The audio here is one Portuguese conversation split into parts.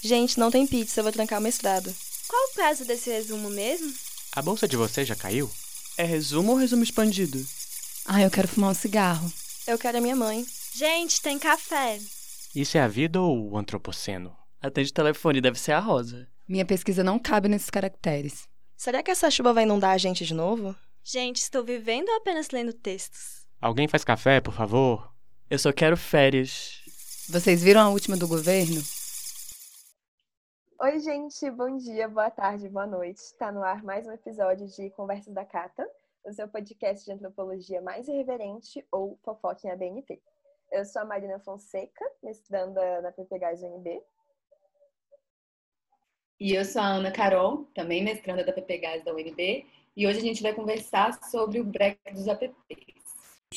Gente, não tem pizza, eu vou trancar o mestrado. Qual o prazo desse resumo mesmo? A bolsa de vocês já caiu? É resumo ou resumo expandido? Eu quero fumar um cigarro. Eu quero a minha mãe. Gente, tem café. Isso é a vida ou o antropoceno? Atende o telefone, deve ser a Rosa. Minha pesquisa não cabe nesses caracteres. Será que essa chuva vai inundar a gente de novo? Gente, estou vivendo ou apenas lendo textos? Alguém faz café, por favor? Eu só quero férias. Vocês viram a última do governo? Oi, gente, bom dia, boa tarde, boa noite. Está no ar mais um episódio de Conversas da Cata, o seu podcast de antropologia mais irreverente ou fofoca em ABNT. Eu sou a Marina Fonseca, mestranda na PPGás UNB. E eu sou a Ana Carol, também mestranda da PPGás da UNB, e hoje a gente vai conversar sobre o break dos apps.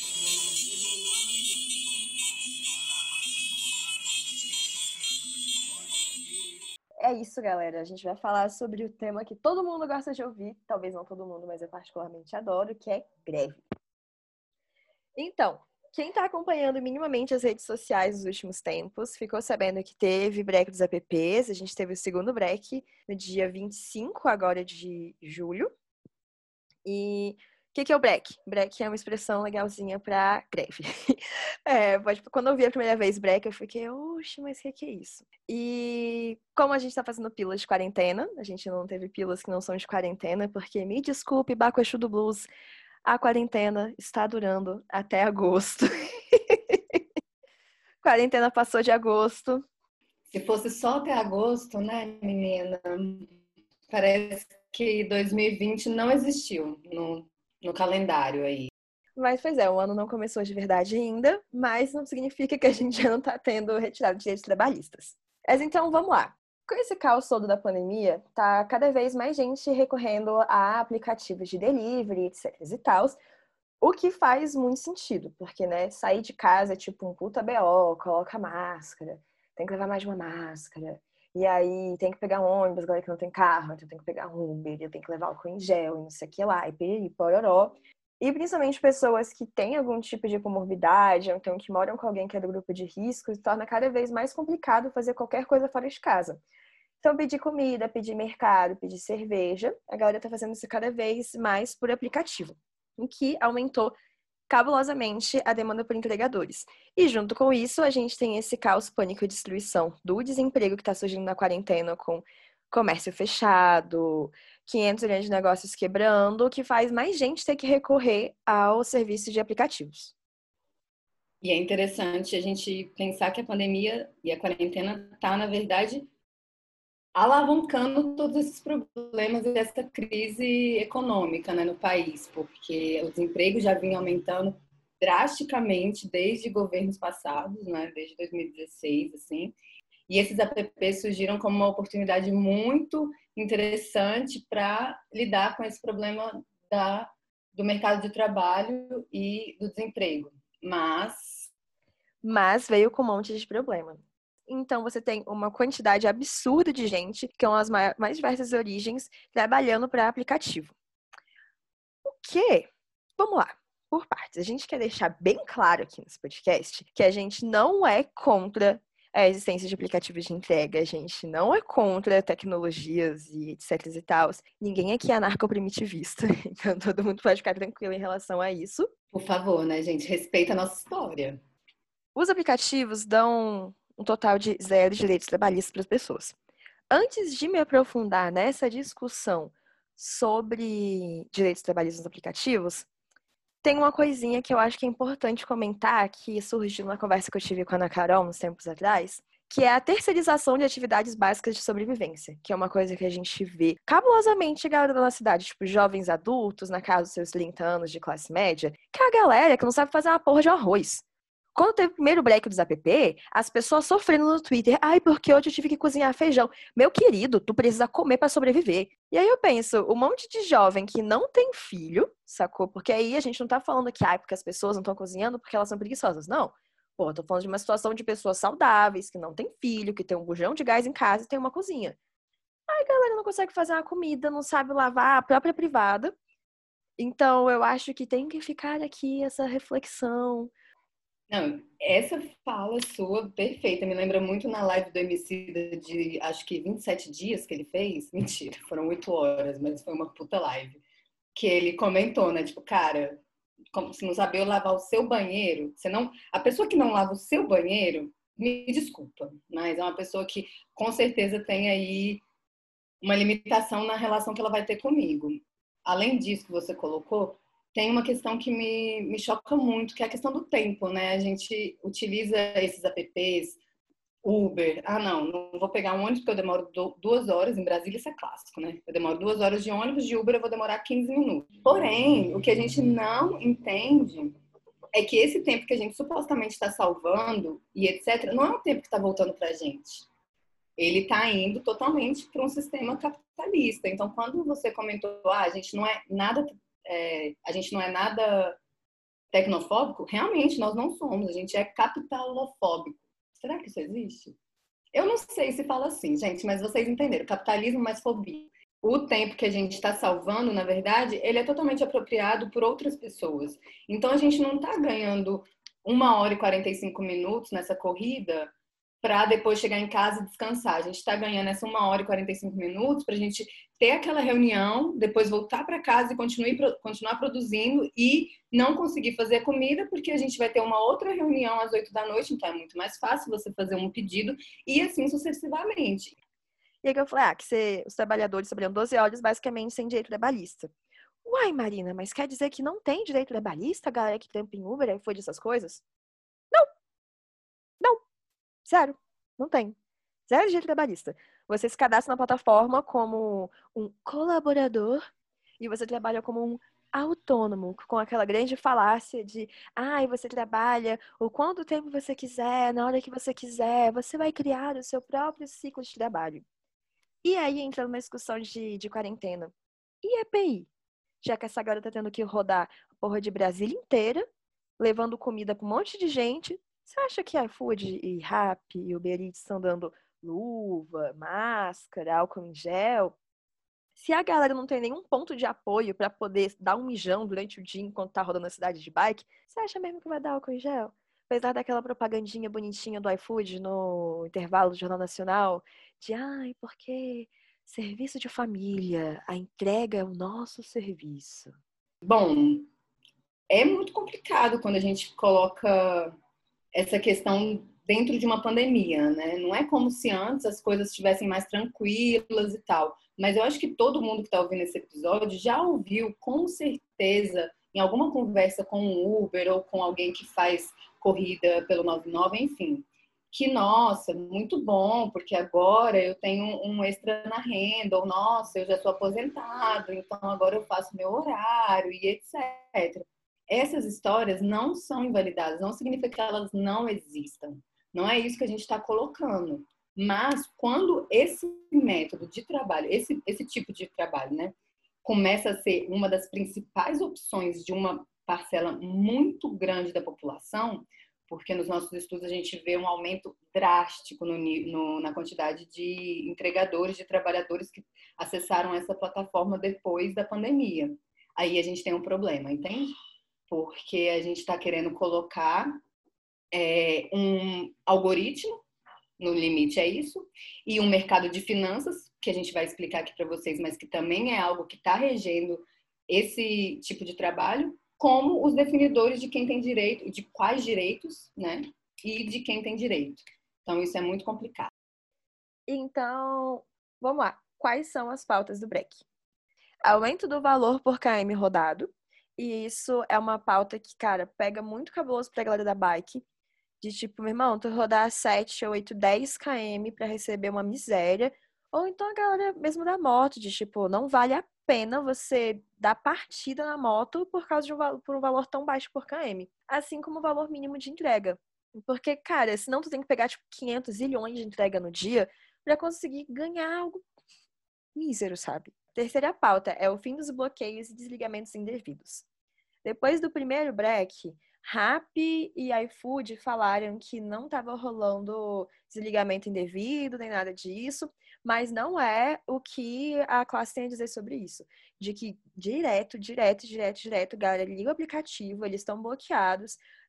É isso, galera. A gente vai falar sobre o tema que todo mundo gosta de ouvir, talvez não todo mundo, mas eu particularmente adoro, que é greve. Então, quem está acompanhando minimamente as redes sociais nos últimos tempos, ficou sabendo que teve break dos apps, a gente teve o segundo break no dia 25 agora de julho. E o que é o break? Break é uma expressão legalzinha para greve. Quando eu vi a primeira vez break, eu fiquei, oxe, mas o que é isso? E como a gente tá fazendo pílulas de quarentena, a gente não teve pílulas que não são de quarentena, porque, me desculpe, Baco do Blues, a quarentena está durando até agosto. Quarentena passou de agosto. Se fosse só até agosto, né, menina? Parece que 2020 não existiu no calendário aí. Mas, pois é, o ano não começou de verdade ainda, mas não significa que a gente já não está tendo retirada de direitos trabalhistas. Mas então, vamos lá. Com esse caos todo da pandemia, tá cada vez mais gente recorrendo a aplicativos de delivery, etc e tal, o que faz muito sentido, porque, né, sair de casa é tipo um puta BO, coloca máscara, tem que levar mais de uma máscara, e aí tem que pegar um ônibus, galera que não tem carro, então tem que pegar um Uber, tem que levar álcool em gel, e não sei o que lá, e piriri, pororó. E principalmente pessoas que têm algum tipo de comorbidade, ou então que moram com alguém que é do grupo de risco, se torna cada vez mais complicado fazer qualquer coisa fora de casa. Então, pedir comida, pedir mercado, pedir cerveja, a galera tá fazendo isso cada vez mais por aplicativo, o que aumentou cabulosamente a demanda por entregadores. E junto com isso, a gente tem esse caos, pânico e destruição do desemprego que está surgindo na quarentena, com comércio fechado, 500 milhões de negócios quebrando, o que faz mais gente ter que recorrer ao serviço de aplicativos. E é interessante a gente pensar que a pandemia e a quarentena está, na verdade, alavancando todos esses problemas e essa crise econômica, né, no país, porque o desemprego já vinha aumentando drasticamente desde governos passados, né, desde 2016, assim. E esses apps surgiram como uma oportunidade muito interessante para lidar com esse problema do mercado de trabalho e do desemprego. Mas veio com um monte de problema. Então, você tem uma quantidade absurda de gente, que são as mais diversas origens, trabalhando para aplicativo. O quê? Vamos lá, por partes. A gente quer deixar bem claro aqui nesse podcast que a gente não é contra a existência de aplicativos de entrega, a gente não é contra tecnologias e etc e tal. Ninguém aqui é anarcoprimitivista, então todo mundo pode ficar tranquilo em relação a isso. Por favor, né, gente? Respeita a nossa história. Os aplicativos dão um total de 0 direitos trabalhistas para as pessoas. Antes de me aprofundar nessa discussão sobre direitos trabalhistas nos aplicativos, tem uma coisinha que eu acho que é importante comentar, que surgiu numa conversa que eu tive com a Ana Carol uns tempos atrás, que é a terceirização de atividades básicas de sobrevivência, que é uma coisa que a gente vê cabulosamente a galera da nossa cidade, tipo jovens adultos, na casa dos seus 30 anos de classe média, que é a galera que não sabe fazer uma porra de arroz. Quando teve o primeiro break dos app, as pessoas sofrendo no Twitter, porque hoje eu tive que cozinhar feijão. Meu querido, tu precisa comer para sobreviver. E aí eu penso, um monte de jovem que não tem filho, sacou? Porque aí a gente não tá falando que, porque as pessoas não estão cozinhando porque elas são preguiçosas. Não. Pô, eu tô falando de uma situação de pessoas saudáveis, que não tem filho, que tem um bujão de gás em casa e tem uma cozinha. Aí a galera não consegue fazer uma comida, não sabe lavar a própria privada. Então eu acho que tem que ficar aqui essa reflexão. Não, essa fala sua perfeita, me lembra muito na live do Emicida de acho que 27 dias que ele fez. Mentira, foram 8 horas, mas foi uma puta live. Que ele comentou, né? Tipo, cara, como se não saber lavar o seu banheiro, você não, a pessoa que não lava o seu banheiro, me desculpa, mas é uma pessoa que com certeza tem aí uma limitação na relação que ela vai ter comigo. Além disso que você colocou, tem uma questão que me choca muito, que é a questão do tempo, né? A gente utiliza esses apps, Uber. Ah, não vou pegar um ônibus porque eu demoro 2 horas. Em Brasília isso é clássico, né? Eu demoro 2 horas de ônibus, de Uber eu vou demorar 15 minutos. Porém, o que a gente não entende é que esse tempo que a gente supostamente está salvando e etc., não é um tempo que está voltando para a gente. Ele está indo totalmente para um sistema capitalista. Então, quando você comentou, a gente não é nada tecnofóbico, realmente nós não somos, a gente é capitalofóbico. Será que isso existe? Eu não sei se fala assim, gente, mas vocês entenderam. Capitalismo mais fobia. O tempo que a gente está salvando, na verdade, ele é totalmente apropriado por outras pessoas. Então, a gente não está ganhando 1 hora e 45 minutos nessa corrida para depois chegar em casa e descansar. A gente está ganhando essa 1 hora e 45 minutos para a gente ter aquela reunião, depois voltar para casa e continuar produzindo e não conseguir fazer comida porque a gente vai ter uma outra reunião às 8 da noite, então é muito mais fácil você fazer um pedido e assim sucessivamente. E aí eu falei, que os trabalhadores trabalham 12 horas basicamente sem direito trabalhista. Uai, Marina, mas quer dizer que não tem direito trabalhista a galera que trampa em Uber e foi dessas coisas? Não. Zero. Não tem. Zero direito trabalhista. Você se cadastra na plataforma como um colaborador e você trabalha como um autônomo, com aquela grande falácia de você trabalha o quanto tempo você quiser, na hora que você quiser, você vai criar o seu próprio ciclo de trabalho. E aí entra numa discussão de quarentena. E EPI? Já que essa galera tá tendo que rodar a porra de Brasília inteira, levando comida pra um monte de gente. Você acha que iFood e Rappi e Uber Eats estão dando luva, máscara, álcool em gel? Se a galera não tem nenhum ponto de apoio para poder dar um mijão durante o dia enquanto tá rodando a cidade de bike, você acha mesmo que vai dar álcool em gel? Apesar daquela propagandinha bonitinha do iFood no intervalo do Jornal Nacional, de porque serviço de família, a entrega é o nosso serviço. Bom, é muito complicado quando a gente coloca essa questão dentro de uma pandemia, né? Não é como se antes as coisas estivessem mais tranquilas e tal. Mas eu acho que todo mundo que está ouvindo esse episódio já ouviu, com certeza, em alguma conversa com um Uber ou com alguém que faz corrida pelo 99, enfim, que, nossa, muito bom, porque agora eu tenho um extra na renda, ou, nossa, eu já sou aposentado, então agora eu faço meu horário e etc. Essas histórias não são invalidadas, não significa que elas não existam. Não é isso que a gente está colocando. Mas quando esse método de trabalho, esse tipo de trabalho, né, começa a ser uma das principais opções de uma parcela muito grande da população, porque nos nossos estudos a gente vê um aumento drástico na quantidade de entregadores, de trabalhadores que acessaram essa plataforma depois da pandemia. Aí a gente tem um problema, entende? Porque a gente está querendo colocar um algoritmo, no limite é isso, e um mercado de finanças, que a gente vai explicar aqui para vocês, mas que também é algo que está regendo esse tipo de trabalho, como os definidores de quem tem direito, de quais direitos, né, e de quem tem direito. Então, isso é muito complicado. Então, vamos lá. Quais são as pautas do BREC? Aumento do valor por km rodado. E isso é uma pauta que, cara, pega muito cabuloso pra galera da bike. De tipo, meu irmão, tu rodar 7, 8, 10 km pra receber uma miséria. Ou então a galera mesmo da moto, de tipo, não vale a pena você dar partida na moto por causa de por um valor tão baixo por km. Assim como o valor mínimo de entrega. Porque, cara, senão tu tem que pegar, tipo, 500 zilhões de entrega no dia pra conseguir ganhar algo mísero, sabe? Terceira pauta é o fim dos bloqueios e desligamentos indevidos. Depois do primeiro break, Rappi e iFood falaram que não estava rolando desligamento indevido, nem nada disso, mas não é o que a classe tem a dizer sobre isso. De que direto, galera, liga o aplicativo, eles estão bloqueados,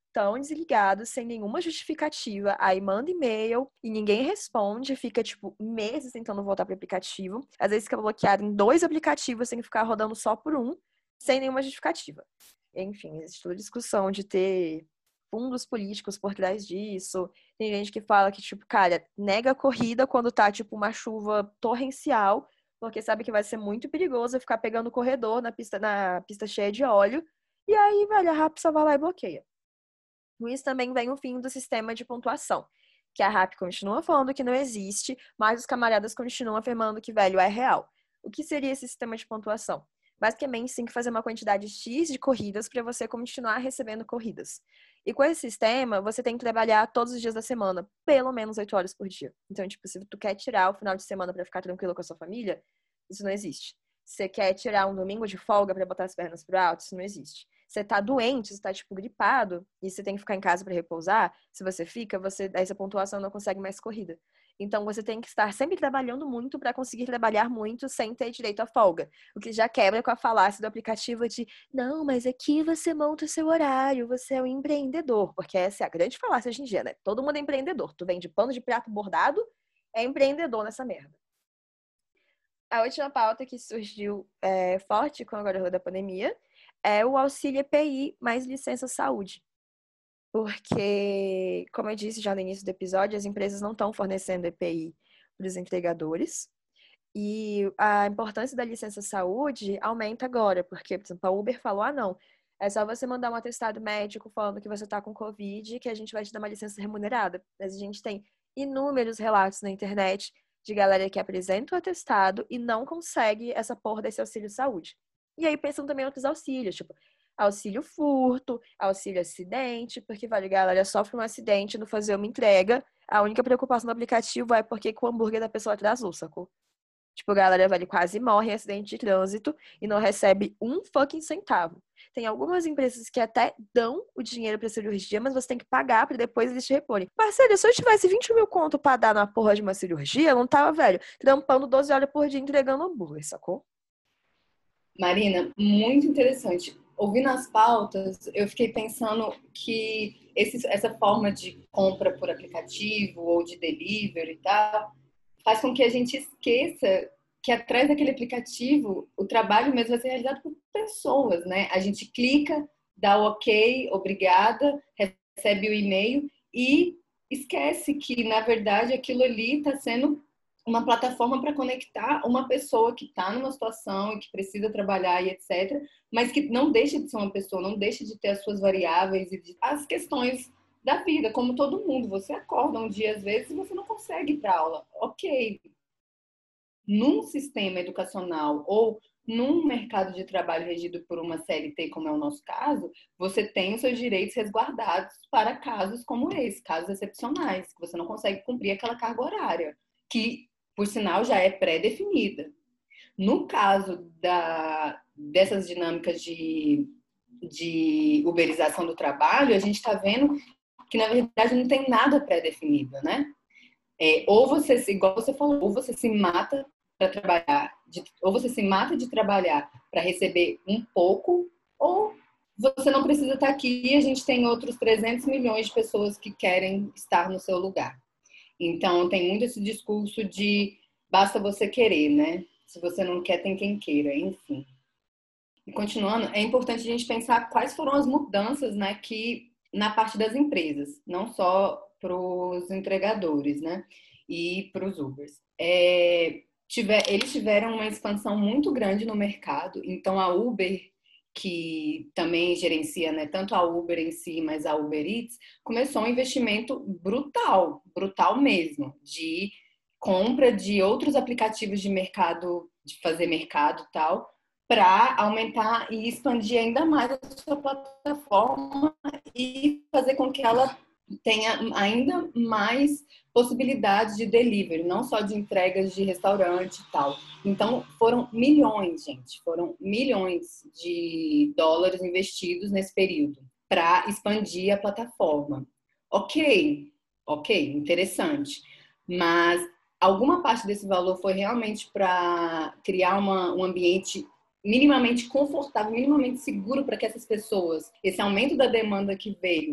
tão desligados, sem nenhuma justificativa. Aí manda e-mail e ninguém responde, fica, tipo, meses tentando voltar pro aplicativo. Às vezes fica bloqueado em 2 aplicativos, tem que ficar rodando só por um, sem nenhuma justificativa. Enfim, existe toda a discussão de ter fundos políticos por trás disso. Tem gente que fala que, tipo, cara, nega a corrida quando tá, tipo, uma chuva torrencial, porque sabe que vai ser muito perigoso ficar pegando o corredor na pista cheia de óleo. E aí, velho, a RAP só vai lá e bloqueia. Com isso também vem o fim do sistema de pontuação, que a RAP continua falando que não existe, mas os camaradas continuam afirmando que, velho, é real. O que seria esse sistema de pontuação? Basicamente, tem que fazer uma quantidade X de corridas para você continuar recebendo corridas. E com esse sistema, você tem que trabalhar todos os dias da semana, pelo menos 8 horas por dia. Então, tipo, se tu quer tirar o final de semana para ficar tranquilo com a sua família, isso não existe. Você quer tirar um domingo de folga para botar as pernas pro alto, isso não existe. Você tá doente, você tá, tipo, gripado, e você tem que ficar em casa para repousar, se você fica, essa pontuação não consegue mais corrida. Então, você tem que estar sempre trabalhando muito para conseguir trabalhar muito sem ter direito à folga. O que já quebra com a falácia do aplicativo de não, mas aqui você monta o seu horário, você é um empreendedor. Porque essa é a grande falácia hoje em dia, né? Todo mundo é empreendedor. Tu vende pano de prato bordado, é empreendedor nessa merda. A última pauta que surgiu forte com agora da pandemia é o auxílio EPI mais licença saúde. Porque, como eu disse já no início do episódio, as empresas não estão fornecendo EPI para os entregadores. E a importância da licença saúde aumenta agora, porque, por exemplo, a Uber falou, não, é só você mandar um atestado médico falando que você está com Covid que a gente vai te dar uma licença remunerada. Mas a gente tem inúmeros relatos na internet de galera que apresenta o atestado e não consegue essa porra desse auxílio saúde. E aí pensam também em outros auxílios, tipo, auxílio furto, auxílio acidente, porque, vale, galera, sofre um acidente no fazer uma entrega, a única preocupação do aplicativo é porque o hambúrguer da pessoa atrasou, sacou? Tipo, galera, velho, quase morre em acidente de trânsito e não recebe um fucking centavo. Tem algumas empresas que até dão o dinheiro pra cirurgia, mas você tem que pagar pra depois eles te reporem. Parceiro, se eu tivesse 20 mil conto pra dar na porra de uma cirurgia, eu não tava, velho, trampando 12 horas por dia entregando hambúrguer, sacou? Marina, muito interessante. Ouvindo as pautas, eu fiquei pensando que essa forma de compra por aplicativo ou de delivery e tal, faz com que a gente esqueça que atrás daquele aplicativo o trabalho mesmo vai ser realizado por pessoas, né? A gente clica, dá o ok, obrigada, recebe o e-mail e esquece que, na verdade, aquilo ali está sendo uma plataforma para conectar uma pessoa que está numa situação e que precisa trabalhar e etc., mas que não deixa de ser uma pessoa, não deixa de ter as suas variáveis e as questões da vida, como todo mundo. Você acorda um dia, às vezes, e você não consegue ir para aula. Ok. Num sistema educacional ou num mercado de trabalho regido por uma CLT, como é o nosso caso, você tem os seus direitos resguardados para casos como esse, casos excepcionais, que você não consegue cumprir aquela carga horária, que, por sinal, já é pré-definida. No caso dessas dinâmicas de uberização do trabalho, a gente está vendo que, na verdade, não tem nada pré-definido, né? Ou você, igual você falou, ou você se mata para trabalhar, ou você se mata de trabalhar para receber um pouco, ou você não precisa estar aqui e a gente tem outros 300 milhões de pessoas que querem estar no seu lugar. Então, tem muito esse discurso de basta você querer, né? Se você não quer, tem quem queira, enfim. E continuando, é importante a gente pensar quais foram as mudanças, né, que na parte das empresas, não só para os entregadores, né, e para os Ubers. Eles tiveram uma expansão muito grande no mercado, então a Uber, que também gerencia, né, tanto a Uber em si, mas a Uber Eats, começou um investimento brutal mesmo, de compra de outros aplicativos de mercado, de fazer mercado e tal, para aumentar e expandir ainda mais a sua plataforma e fazer com que ela tenha ainda mais possibilidades de delivery, não só de entregas de restaurante e tal. Então, foram milhões, gente, foram milhões de dólares investidos nesse período para expandir a plataforma. Ok, interessante. Mas alguma parte desse valor foi realmente para criar um ambiente minimamente confortável, minimamente seguro para que essas pessoas, esse aumento da demanda que veio,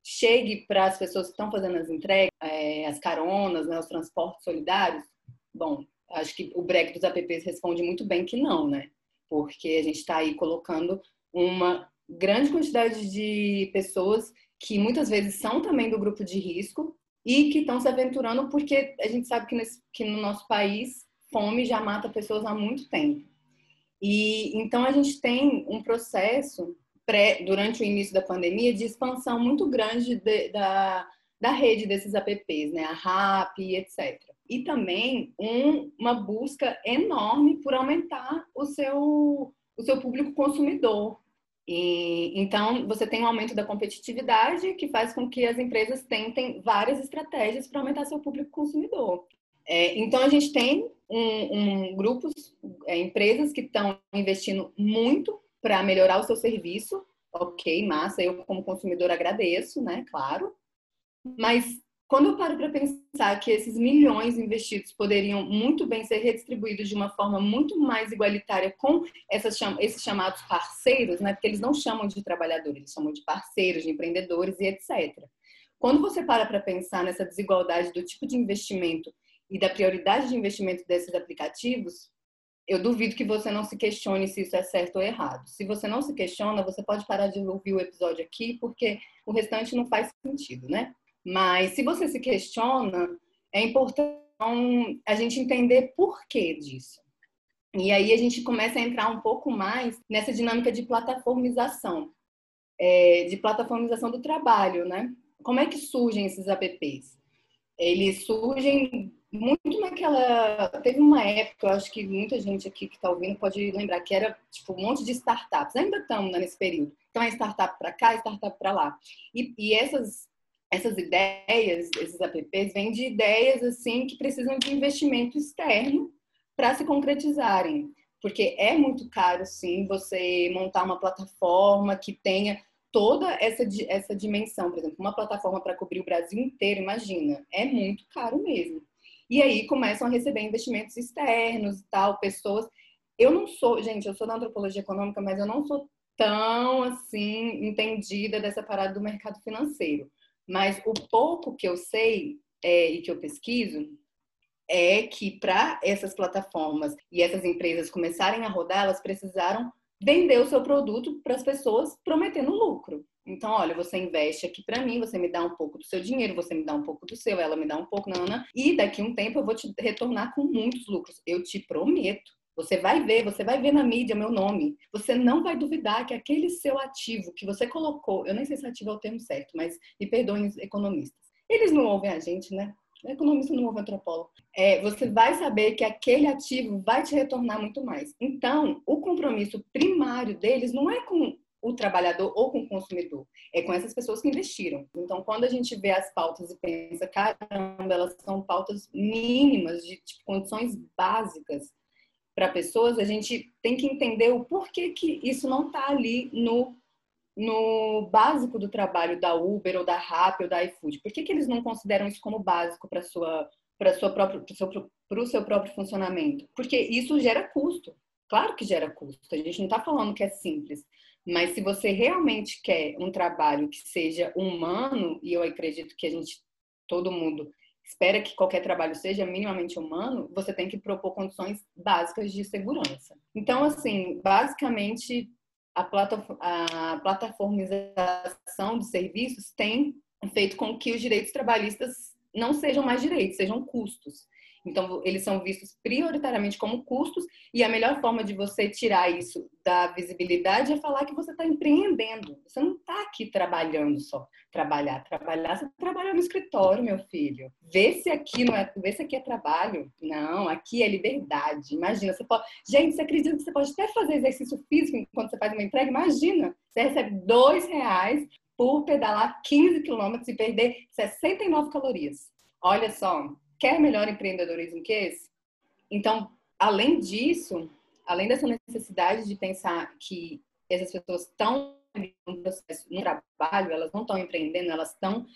chegue para as pessoas que estão fazendo as entregas, as caronas, né, os transportes solidários? Bom, acho que o break dos apps responde muito bem que não, né? Porque a gente está aí colocando uma grande quantidade de pessoas que muitas vezes são também do grupo de risco e que estão se aventurando porque a gente sabe que no nosso país fome já mata pessoas há muito tempo. E então a gente tem um processo durante o início da pandemia de expansão muito grande da rede desses apps, né? A Rappi, etc. E também uma busca enorme por aumentar o seu público consumidor. Então, você tem um aumento da competitividade que faz com que as empresas tentem várias estratégias para aumentar seu público consumidor. Então, a gente tem grupos, empresas que estão investindo muito para melhorar o seu serviço. Ok, massa, eu como consumidor agradeço, né? Claro. Mas quando eu paro para pensar que esses milhões investidos poderiam muito bem ser redistribuídos de uma forma muito mais igualitária com esses chamados parceiros, né? Porque eles não chamam de trabalhadores, eles chamam de parceiros, de empreendedores e etc. Quando você para pensar nessa desigualdade do tipo de investimento e da prioridade de investimento desses aplicativos, eu duvido que você não se questione se isso é certo ou errado. Se você não se questiona, você pode parar de ouvir o episódio aqui, porque o restante não faz sentido, né? Mas se você se questiona, é importante a gente entender por que disso. E aí a gente começa a entrar um pouco mais nessa dinâmica de plataformização do trabalho, né? Como é que surgem esses apps? Eles surgem muito naquela... Teve uma época, eu acho que muita gente aqui que está ouvindo pode lembrar, que era tipo um monte de startups. Ainda estamos, né, nesse período. Então é startup para cá, startup para lá. E essas ideias, esses apps, vêm de ideias assim que precisam de investimento externo para se concretizarem. Porque é muito caro, sim, você montar uma plataforma que tenha toda essa dimensão. Por exemplo, uma plataforma para cobrir o Brasil inteiro, imagina, é muito caro mesmo. E aí começam a receber investimentos externos e tal, pessoas... Eu sou da antropologia econômica, mas eu não sou tão, assim, entendida dessa parada do mercado financeiro. Mas o pouco que eu sei e que eu pesquiso é que para essas plataformas e essas empresas começarem a rodar, elas precisaram vender o seu produto para as pessoas prometendo lucro. Então, olha, você investe aqui para mim, você me dá um pouco do seu dinheiro, você me dá um pouco do seu, ela me dá um pouco, e daqui a um tempo eu vou te retornar com muitos lucros. Eu te prometo. Você vai ver na mídia meu nome. Você não vai duvidar que aquele seu ativo que você colocou, eu nem sei se ativo é o termo certo, mas me perdoem os economistas. Eles não ouvem a gente, né? O economista não ouve antropólogo. Você vai saber que aquele ativo vai te retornar muito mais. Então, o compromisso primário deles não é com o trabalhador ou com o consumidor, é com essas pessoas que investiram. Então, quando a gente vê as pautas e pensa, caramba, elas são pautas mínimas, de tipo, condições básicas para pessoas, a gente tem que entender o porquê que isso não está ali no básico do trabalho da Uber, ou da Rappi, ou da iFood. Por que eles não consideram isso como básico para o seu próprio funcionamento? Porque isso gera custo. Claro que gera custo. A gente não está falando que é simples. Mas se você realmente quer um trabalho que seja humano, e eu acredito que todo mundo espera que qualquer trabalho seja minimamente humano, você tem que propor condições básicas de segurança. Então, assim, basicamente, a plataformização de serviços tem feito com que os direitos trabalhistas não sejam mais direitos, sejam custos. Então, eles são vistos prioritariamente como custos, e a melhor forma de você tirar isso da visibilidade é falar que você está empreendendo. Você não está aqui trabalhando só. Trabalhar, você trabalha no escritório, meu filho. Vê se aqui é trabalho. Não, aqui é liberdade. Imagina, você pode... Gente, você acredita que você pode até fazer exercício físico enquanto você faz uma entrega? Imagina, você recebe R$2 por pedalar 15 quilômetros e perder 69 calorias. Olha só. Quer melhor empreendedorismo que esse? Então, além disso, além dessa necessidade de pensar que essas pessoas estão no processo, no trabalho, elas não estão empreendendo, elas estão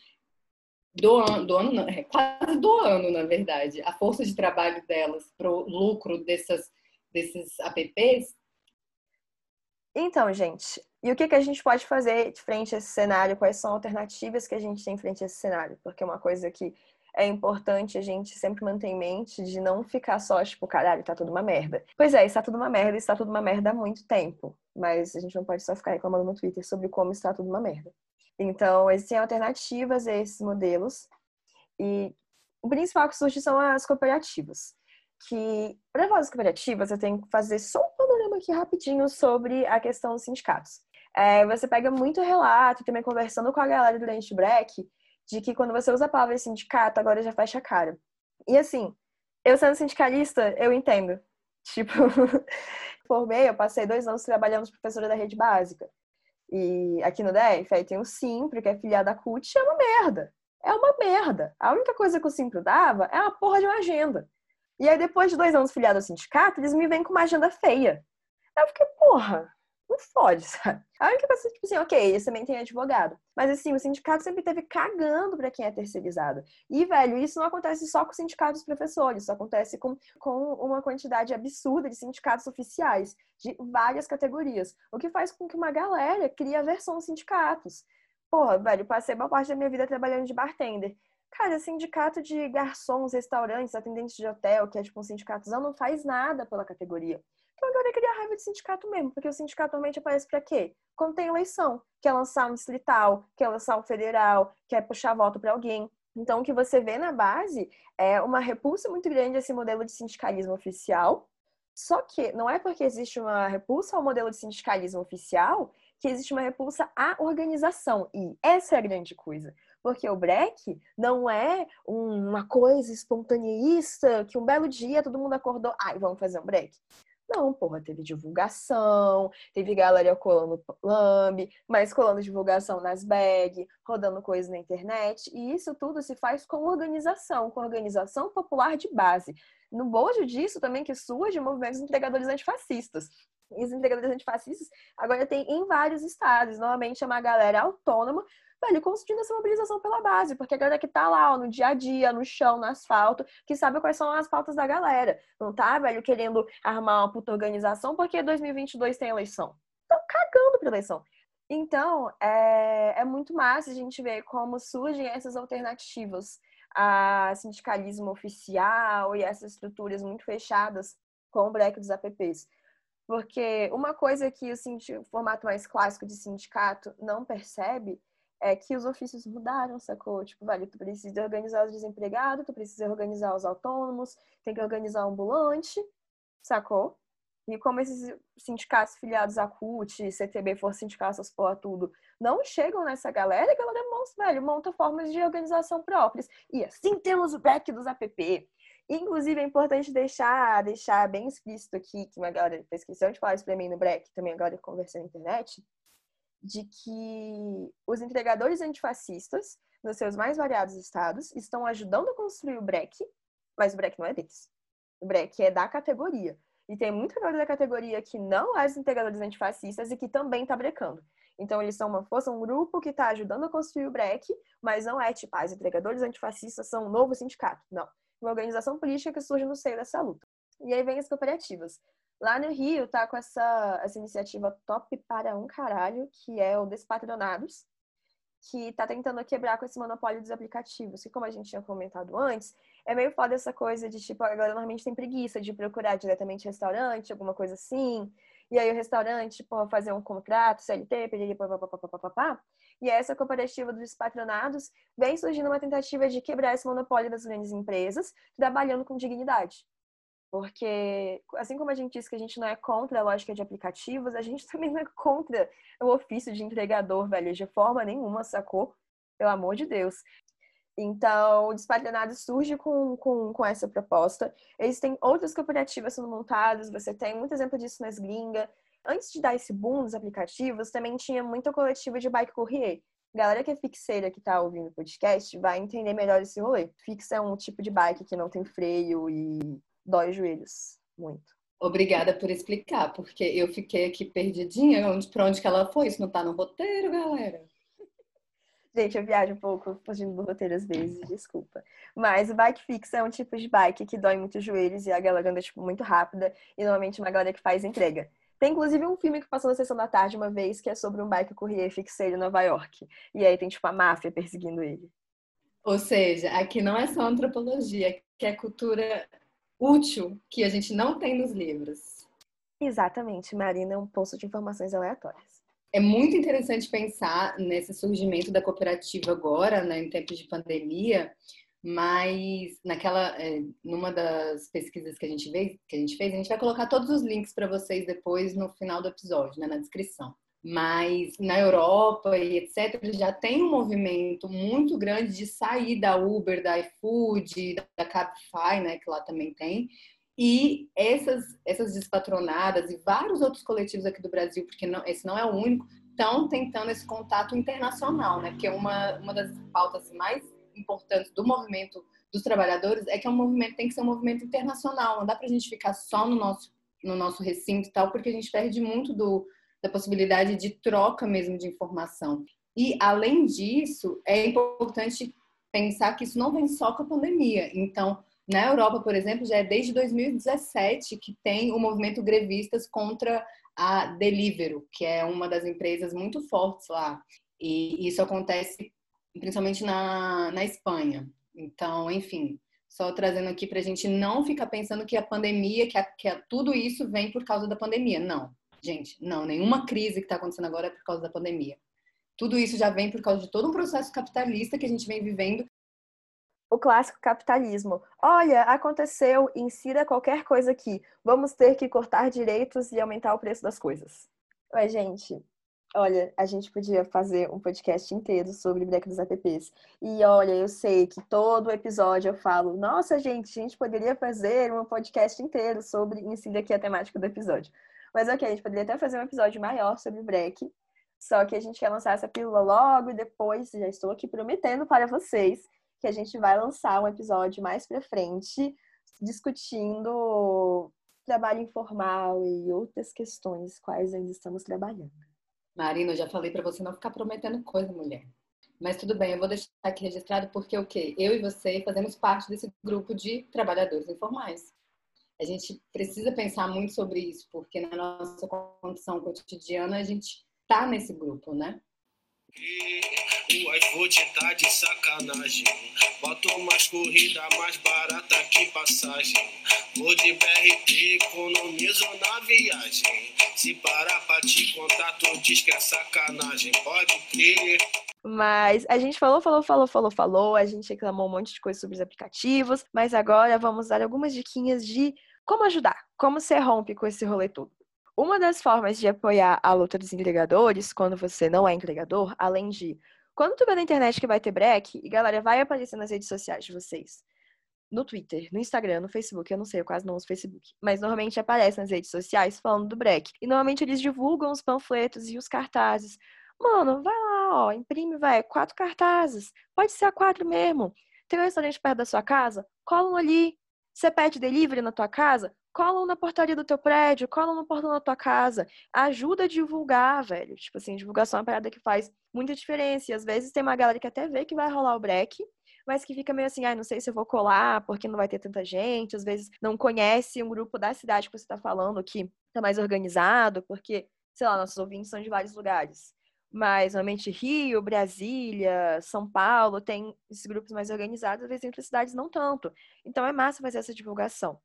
quase doando, na verdade, a força de trabalho delas para o lucro desses apps. Então, gente, e o que a gente pode fazer de frente a esse cenário? Quais são alternativas que a gente tem frente a esse cenário? Porque uma coisa que é importante a gente sempre manter em mente de não ficar só, tipo, caralho, tá tudo uma merda. Pois é, está tudo uma merda, está tudo uma merda há muito tempo. Mas a gente não pode só ficar reclamando no Twitter sobre como está tudo uma merda. Então, existem alternativas a esses modelos. E o principal que surge são as cooperativas. Que, para falar das cooperativas, eu tenho que fazer só um panorama aqui rapidinho sobre a questão dos sindicatos. Você pega muito relato, também conversando com a galera durante o break, de que quando você usa a palavra sindicato, agora já fecha a cara. E assim, eu sendo sindicalista, eu entendo. Tipo, eu passei 2 anos trabalhando de professora da rede básica. E aqui no DF, aí tem o Simpro, que é filiado à CUT, é uma merda. É uma merda. A única coisa que o Simpro dava é uma porra de uma agenda. E aí, depois de 2 anos filiado ao sindicato, eles me vêm com uma agenda feia. Aí eu fiquei, porra, não fode, sabe? A única coisa, tipo assim, ok, eles também têm advogado. Mas assim, o sindicato sempre teve cagando pra quem é terceirizado. E, velho, isso não acontece só com o sindicato dos professores, isso acontece com uma quantidade absurda de sindicatos oficiais, de várias categorias. O que faz com que uma galera crie aversão aos sindicatos. Porra, velho, passei boa parte da minha vida trabalhando de bartender. Cara, sindicato de garçons, restaurantes, atendentes de hotel, que é tipo um sindicatozão, não faz nada pela categoria. Então agora eu queria raiva de sindicato mesmo, porque o sindicato normalmente aparece pra quê? Quando tem eleição, quer lançar um distrital, quer lançar um federal, quer puxar voto pra alguém. Então o que você vê na base é uma repulsa muito grande a esse modelo de sindicalismo oficial, só que não é porque existe uma repulsa ao modelo de sindicalismo oficial que existe uma repulsa à organização. E essa é a grande coisa. Porque o break não é uma coisa espontaneísta que um belo dia todo mundo acordou, vamos fazer um break. Não, porra, teve divulgação, teve galera colando lambe, mas colando divulgação nas bags, rodando coisas na internet, e isso tudo se faz com organização popular de base. No bojo disso também que surge movimentos entregadores antifascistas. E os entregadores antifascistas agora tem em vários estados, normalmente é uma galera autônoma, velho, construindo essa mobilização pela base, porque a galera que tá lá, ó, no dia a dia, no chão, no asfalto, que sabe quais são as pautas da galera. Não tá, velho, querendo armar uma puta organização porque 2022 tem eleição. Estão cagando pra eleição. Então, é muito massa a gente ver como surgem essas alternativas a sindicalismo oficial e essas estruturas muito fechadas com o break dos APPs. Porque uma coisa que o formato mais clássico de sindicato não percebe é que os ofícios mudaram, sacou? Tipo, velho, tu precisa organizar os desempregados, tu precisa organizar os autônomos, tem que organizar o ambulante, sacou? E como esses sindicatos filiados à CUT, CTB, Força Sindical, essas porra tudo, não chegam nessa galera, a galera monta formas de organização próprias. E assim temos o back dos APP. Inclusive, é importante deixar bem explícito aqui, que uma galera fez questão de falar isso pra mim no break, também agora eu conversei na internet, de que os entregadores antifascistas, nos seus mais variados estados, estão ajudando a construir o break, mas o break não é deles. O break é da categoria. E tem muita galera da categoria que não é os entregadores antifascistas e que também tá brecando. Então, eles são uma força, um grupo que tá ajudando a construir o break, mas não é tipo, os entregadores antifascistas são um novo sindicato. Não. Uma organização política que surge no seio dessa luta. E aí vem as cooperativas. Lá no Rio tá com essa iniciativa top para um caralho, que é o Despatronados, que tá tentando quebrar com esse monopólio dos aplicativos, que como a gente tinha comentado antes, é meio foda essa coisa de tipo, a galera normalmente tem preguiça de procurar diretamente restaurante, alguma coisa assim, e aí o restaurante, porra, fazer um contrato, CLT, pedir papapá. E essa cooperativa dos Despatronados vem surgindo uma tentativa de quebrar esse monopólio das grandes empresas, trabalhando com dignidade. Porque, assim como a gente disse que a gente não é contra a lógica de aplicativos, a gente também não é contra o ofício de entregador, velho, de forma nenhuma, sacou? Pelo amor de Deus. Então, o Despatronados surge com essa proposta. Eles têm outras cooperativas sendo montadas, você tem muito exemplo disso nas gringas. Antes de dar esse boom dos aplicativos, também tinha muita coletiva de bike courrier. Galera que é fixeira que tá ouvindo o podcast vai entender melhor esse rolê. Fixa é um tipo de bike que não tem freio e dói os joelhos muito. Obrigada por explicar, porque eu fiquei aqui perdidinha. Pra onde que ela foi? Isso não tá no roteiro, galera? Gente, eu viajo um pouco fugindo do roteiro às vezes, desculpa. Mas o bike fixa é um tipo de bike que dói muito os joelhos e a galera anda tipo, muito rápida e normalmente uma galera que faz entrega. Tem inclusive um filme que passou na sessão da tarde uma vez, que é sobre um bike courier fixeiro em Nova York. E aí tem tipo a máfia perseguindo ele. Ou seja, aqui não é só antropologia, que é cultura útil que a gente não tem nos livros. Exatamente, Marina é um poço de informações aleatórias. É muito interessante pensar nesse surgimento da cooperativa agora, né, em tempos de pandemia, mas numa das pesquisas que a gente fez, a gente vai colocar todos os links para vocês depois no final do episódio, né, na descrição. Mas na Europa e etc, já tem um movimento muito grande de sair da Uber, da iFood, da Cabify, né, que lá também tem. E essas despatronadas e vários outros coletivos aqui do Brasil, porque esse não é o único, estão tentando esse contato internacional, né? Porque uma das pautas mais importantes do movimento dos trabalhadores é que é um movimento, tem que ser um movimento internacional. Não dá para a gente ficar só no nosso recinto e tal, porque a gente perde muito da possibilidade de troca mesmo de informação. E, além disso, é importante pensar que isso não vem só com a pandemia. Então, na Europa, por exemplo, já é desde 2017 que tem o movimento grevistas contra a Deliveroo, que é uma das empresas muito fortes lá. E isso acontece principalmente na Espanha. Então, enfim, só trazendo aqui para a gente não ficar pensando que a pandemia, tudo isso vem por causa da pandemia. Não, gente, não. Nenhuma crise que está acontecendo agora é por causa da pandemia. Tudo isso já vem por causa de todo um processo capitalista que a gente vem vivendo. O clássico capitalismo. Olha, aconteceu, insira qualquer coisa aqui. Vamos ter que cortar direitos e aumentar o preço das coisas. Ué, gente, olha, a gente podia fazer um podcast inteiro sobre break dos apps. E olha, eu sei que todo episódio eu falo, nossa, gente, a gente poderia fazer um podcast inteiro sobre, insira aqui a temática do episódio. Mas ok, a gente poderia até fazer um episódio maior sobre break. Só que a gente quer lançar essa pílula logo e depois, já estou aqui prometendo para vocês, que a gente vai lançar um episódio mais pra frente discutindo trabalho informal e outras questões quais ainda estamos trabalhando. Marina, eu já falei pra você não ficar prometendo coisa, mulher. Mas tudo bem, eu vou deixar aqui registrado porque o quê? Eu e você fazemos parte desse grupo de trabalhadores informais. A gente precisa pensar muito sobre isso, porque na nossa condição cotidiana a gente tá nesse grupo, né? O iFood tá de sacanagem. Boto mais corrida mais barata que passagem. Vou de BRT, economizo na viagem. Se parar pra te contar, tu diz que é sacanagem. Pode crer. Mas a gente falou, a gente reclamou um monte de coisa sobre os aplicativos, mas agora vamos dar algumas diquinhas de como ajudar, como você rompe com esse rolê todo. Uma das formas de apoiar a luta dos entregadores, quando você não é entregador, além de quando tu vê na internet que vai ter break, e galera, vai aparecer nas redes sociais de vocês. No Twitter, no Instagram, no Facebook, eu não sei, eu quase não uso Facebook. Mas normalmente aparece nas redes sociais falando do break. E normalmente eles divulgam os panfletos e os cartazes. Mano, vai lá, ó, imprime, vai, 4 cartazes. Pode ser a 4 mesmo. Tem um restaurante perto da sua casa? Cola um ali. Você pede delivery na tua casa? Cola um na portaria do teu prédio, cola um no portão da tua casa. Ajuda a divulgar, velho. Tipo assim, divulgação é uma parada que faz muita diferença. E às vezes tem uma galera que até vê que vai rolar o break, mas que fica meio assim, não sei se eu vou colar, porque não vai ter tanta gente. Às vezes não conhece um grupo da cidade que você tá falando que tá mais organizado, porque, sei lá, nossos ouvintes são de vários lugares. Mas, normalmente, Rio, Brasília, São Paulo, tem esses grupos mais organizados, às vezes entre cidades não tanto. Então, é massa fazer essa divulgação.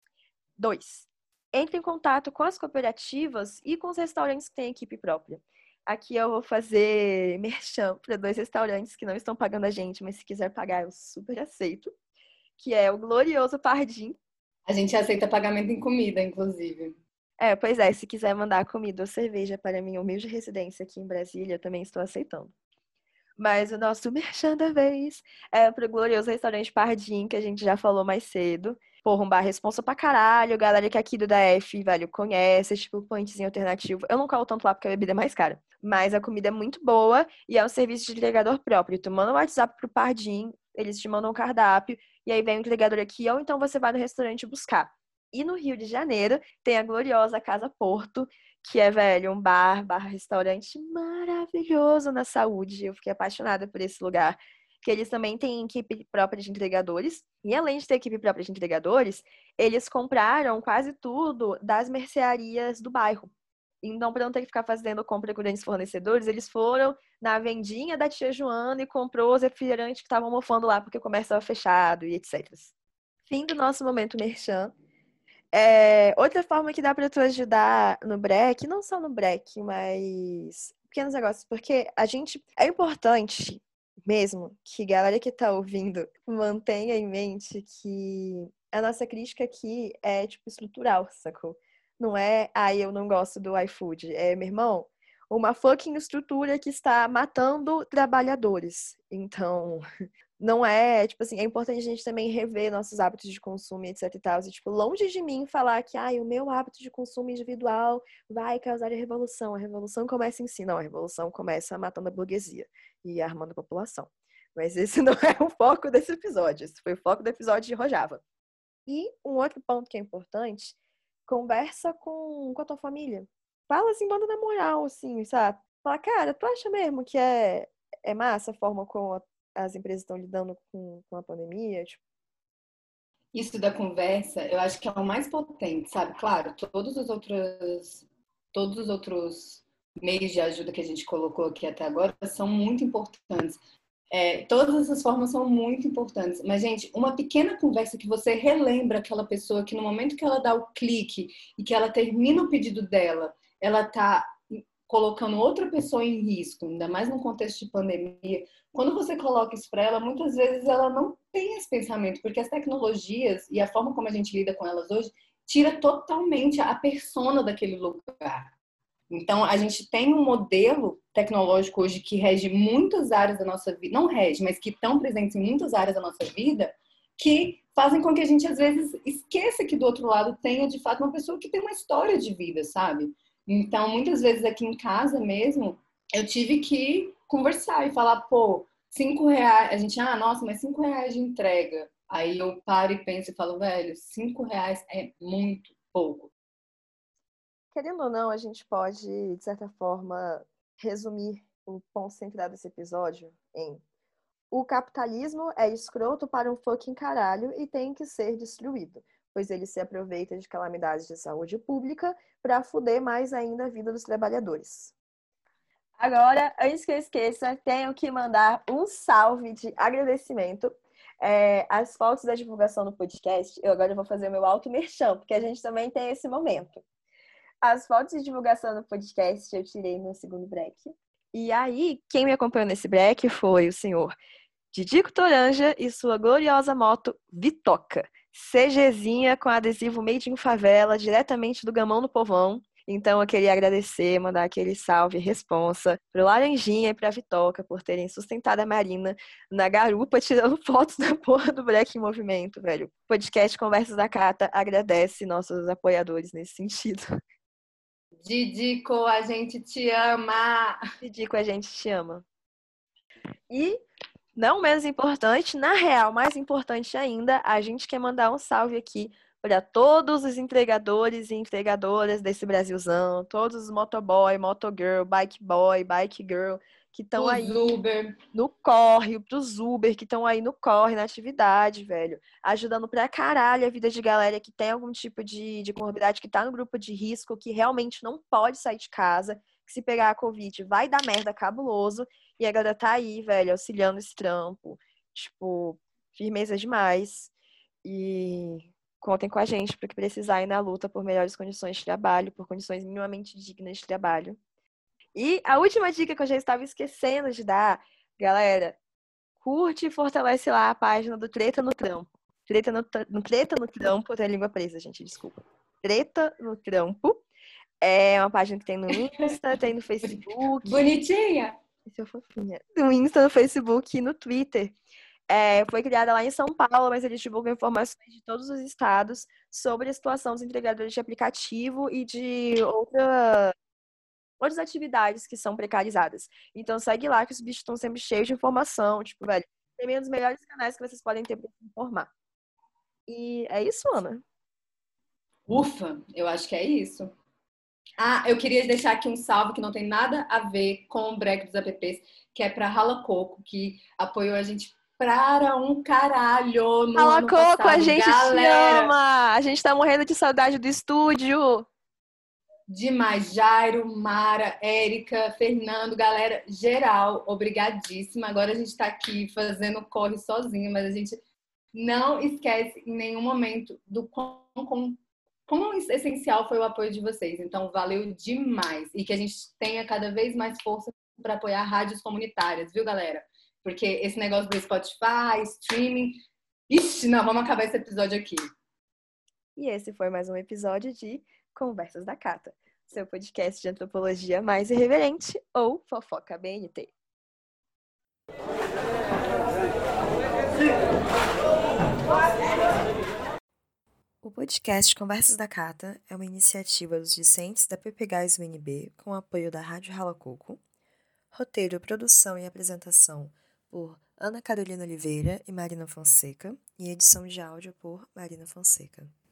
2. Entre em contato com as cooperativas e com os restaurantes que têm equipe própria. Aqui eu vou fazer merchan para 2 restaurantes que não estão pagando a gente, mas se quiser pagar, eu super aceito. Que é o Glorioso Pardim. A gente aceita pagamento em comida, inclusive. Pois é, se quiser mandar comida ou cerveja para minha humilde residência aqui em Brasília, eu também estou aceitando. Mas o nosso merchan da vez é pro glorioso restaurante Pardim, que a gente já falou mais cedo. Porra, um bar responsa pra caralho, galera que aqui do DF, velho, conhece, tipo, punkzinho alternativo. Eu não colo tanto lá porque a bebida é mais cara. Mas a comida é muito boa e é um serviço de entregador próprio. Tu manda um WhatsApp pro Pardim, eles te mandam um cardápio, e aí vem o entregador aqui, ou então você vai no restaurante buscar. E no Rio de Janeiro tem a gloriosa Casa Porto, que é, velho, um bar-restaurante maravilhoso na Saúde. Eu fiquei apaixonada por esse lugar. Que eles também têm equipe própria de entregadores. E além de ter equipe própria de entregadores, eles compraram quase tudo das mercearias do bairro. Então, para não ter que ficar fazendo compra com grandes fornecedores, eles foram na vendinha da tia Joana e comprou os refrigerantes que estavam mofando lá, porque o comércio estava fechado e etc. Fim do nosso momento merchan. Outra forma que dá para tu ajudar no break, não só no break, mas pequenos negócios, porque é importante mesmo que a galera que tá ouvindo mantenha em mente que a nossa crítica aqui é, tipo, estrutural, sacou? Não é, eu não gosto do iFood. Meu irmão, uma fucking estrutura que está matando trabalhadores. Então, não é, tipo assim, é importante a gente também rever nossos hábitos de consumo, etc e tal. E, tipo, longe de mim falar que, o meu hábito de consumo individual vai causar a revolução. A revolução começa em si. Não, a revolução começa matando a burguesia e armando a população. Mas esse não é o foco desse episódio. Esse foi o foco do episódio de Rojava. E um outro ponto que é importante, conversa com a tua família. Fala assim, manda na moral, assim, sabe? Fala, cara, tu acha mesmo que é massa a forma como as empresas estão lidando com a pandemia? Tipo... Isso da conversa, eu acho que é o mais potente, sabe? Claro, todos os outros meios de ajuda que a gente colocou aqui até agora são muito importantes. Todas essas formas são muito importantes. Mas, gente, uma pequena conversa que você relembra aquela pessoa que no momento que ela dá o clique e que ela termina o pedido dela, ela tá colocando outra pessoa em risco, ainda mais num contexto de pandemia. Quando você coloca isso para ela, muitas vezes ela não tem esse pensamento, porque as tecnologias e a forma como a gente lida com elas hoje tira totalmente a persona daquele lugar. Então, a gente tem um modelo tecnológico hoje que rege muitas áreas da nossa vida, não rege, mas que estão presentes em muitas áreas da nossa vida, que fazem com que a gente, às vezes, esqueça que do outro lado tenha, de fato, uma pessoa que tem uma história de vida, sabe? Então, muitas vezes aqui em casa mesmo, eu tive que conversar e falar, pô, R$5, a gente, nossa, mas R$5 de entrega. Aí eu paro e penso e falo, velho, R$5 é muito pouco. Querendo ou não, a gente pode, de certa forma, resumir o ponto central desse episódio em: o capitalismo é escroto para um fucking caralho e tem que ser destruído, pois ele se aproveita de calamidades de saúde pública para fuder mais ainda a vida dos trabalhadores. Agora, antes que eu esqueça, tenho que mandar um salve de agradecimento. As fotos da divulgação do podcast, eu agora vou fazer o meu auto-merchan, porque a gente também tem esse momento. As fotos de divulgação do podcast eu tirei no segundo break. E aí, quem me acompanhou nesse break foi o senhor Didico Toranja e sua gloriosa moto Vitoca. CGzinha com adesivo Made in Favela, diretamente do Gamão do Povão. Então eu queria agradecer, mandar aquele salve responsa pro Laranjinha e pra Vitoca por terem sustentado a Marina na garupa tirando fotos da porra do Break em Movimento, velho. Podcast Conversas da Cata agradece nossos apoiadores nesse sentido. Didico, a gente te ama! Didico, a gente te ama. E, não menos importante, na real, mais importante ainda, a gente quer mandar um salve aqui para todos os entregadores e entregadoras desse Brasilzão, todos os motoboy, motogirl, bike boy, bike girl, que estão aí Uber. no corre, pros Uber, que estão aí no corre, na atividade, velho, ajudando pra caralho a vida de galera que tem algum tipo de comorbidade, que tá no grupo de risco, que realmente não pode sair de casa, que se pegar a Covid vai dar merda cabuloso, e a galera tá aí, velho, auxiliando esse trampo, tipo, firmeza demais, e contem com a gente pro que precisar ir na luta por melhores condições de trabalho, por condições minimamente dignas de trabalho. E a última dica que eu já estava esquecendo de dar, galera, curte e fortalece lá a página do Treta no Trampo. Treta no Trampo, tem língua presa, gente, desculpa. Treta no Trampo. É uma página que tem no Insta, tem no Facebook. Bonitinha! Esse é fofinha. No Insta, no Facebook e no Twitter. Foi criada lá em São Paulo, mas eles divulgam informações de todos os estados sobre a situação dos entregadores de aplicativo e de outras atividades que são precarizadas. Então segue lá que os bichos estão sempre cheios de informação. Tipo, velho, tem um dos melhores canais que vocês podem ter para se informar. E é isso, Ana? Ufa, eu acho que é isso. Eu queria deixar aqui um salve que não tem nada a ver com o break dos apps, que é pra Rala Coco, que apoiou a gente para um caralho no Rala ano Coco, passado. a gente Galera, te ama! A gente tá morrendo de saudade do estúdio! demais. Jairo, Mara, Érica, Fernando, galera, geral, obrigadíssima. Agora a gente está aqui fazendo corre sozinho, mas a gente não esquece em nenhum momento do quão essencial foi o apoio de vocês. Então, valeu demais. E que a gente tenha cada vez mais força para apoiar rádios comunitárias, viu, galera? Porque esse negócio do Spotify, streaming... Ixi, não, vamos acabar esse episódio aqui. E esse foi mais um episódio de Conversas da Cata, seu podcast de antropologia mais irreverente ou fofoca BNT. O podcast Conversas da Cata é uma iniciativa dos discentes da PPGás UNB com apoio da Rádio Ralacoco. Roteiro, produção e apresentação por Ana Carolina Oliveira e Marina Fonseca, e edição de áudio por Marina Fonseca.